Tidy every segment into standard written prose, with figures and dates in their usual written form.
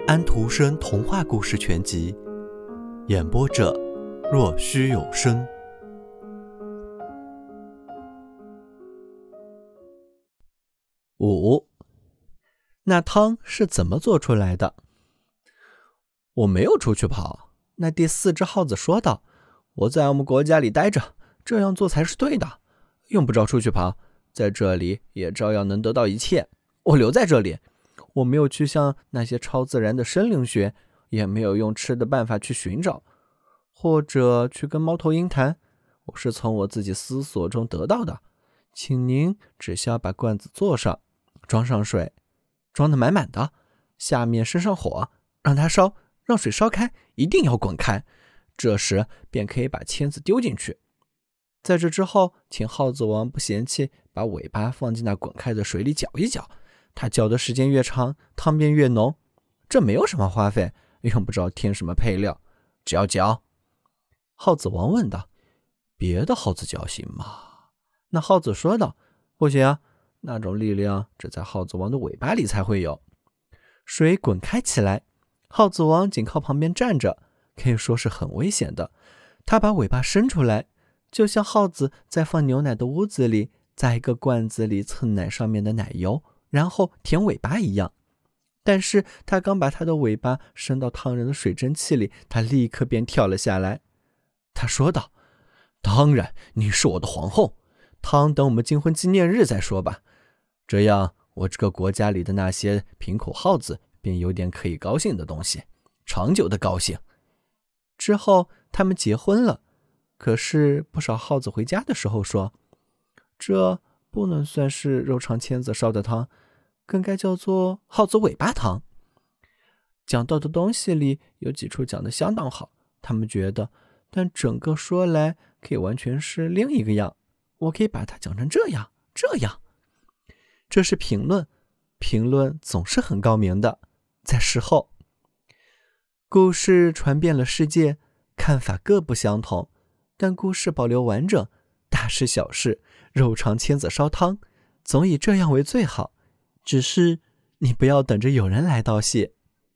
安徒生童话故事全集，演播者若虚有声。5. 那汤是怎么做出来的？我没有出去跑，那第4只耗子说道，我在我们国家里待着，这样做才是对的，用不着出去跑，在这里也照样能得到一切。我留在这里，我没有去向那些超自然的生灵学，也没有用吃的办法去寻找，或者去跟猫头鹰谈，我是从我自己思索中得到的。请您只需要把罐子坐上，装上水，装得满满的，下面生上火，让它烧，让水烧开，一定要滚开，这时便可以把签子丢进去。在这之后，请耗子王不嫌弃把尾巴放进那滚开的水里搅一搅，它搅的时间越长，汤便越浓。这没有什么花费，用不着添什么配料，只要搅。耗子王问道，别的耗子搅行吗？那耗子说道，不行啊，那种力量只在耗子王的尾巴里才会有。水滚开起来，耗子王紧靠旁边站着，可以说是很危险的。他把尾巴伸出来，就像耗子在放牛奶的屋子里，在一个罐子里蹭奶上面的奶油，然后舔尾巴一样。但是他刚把他的尾巴伸到烫人的水蒸气里，他立刻便跳了下来。他说道，当然你是我的皇后，汤等我们金婚纪念日再说吧，这样我这个国家里的那些贫苦耗子便有点可以高兴的东西，长久的高兴。之后他们结婚了，可是不少耗子回家的时候说，这不能算是肉肠签子烧的汤，更该叫做耗子尾巴汤。讲到的东西里有几处讲得相当好，他们觉得，但整个说来可以完全是另一个样，我可以把它讲成这样。这是评论，评论总是很高明的，在事后。故事传遍了世界，看法各不相同，但故事保留完整，大事小事，肉肠签子烧汤，总以这样为最好。只是你不要等着有人来道谢。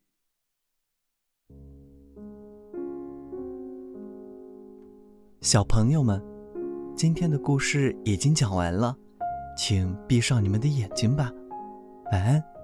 小朋友们，今天的故事已经讲完了，请闭上你们的眼睛吧，晚安。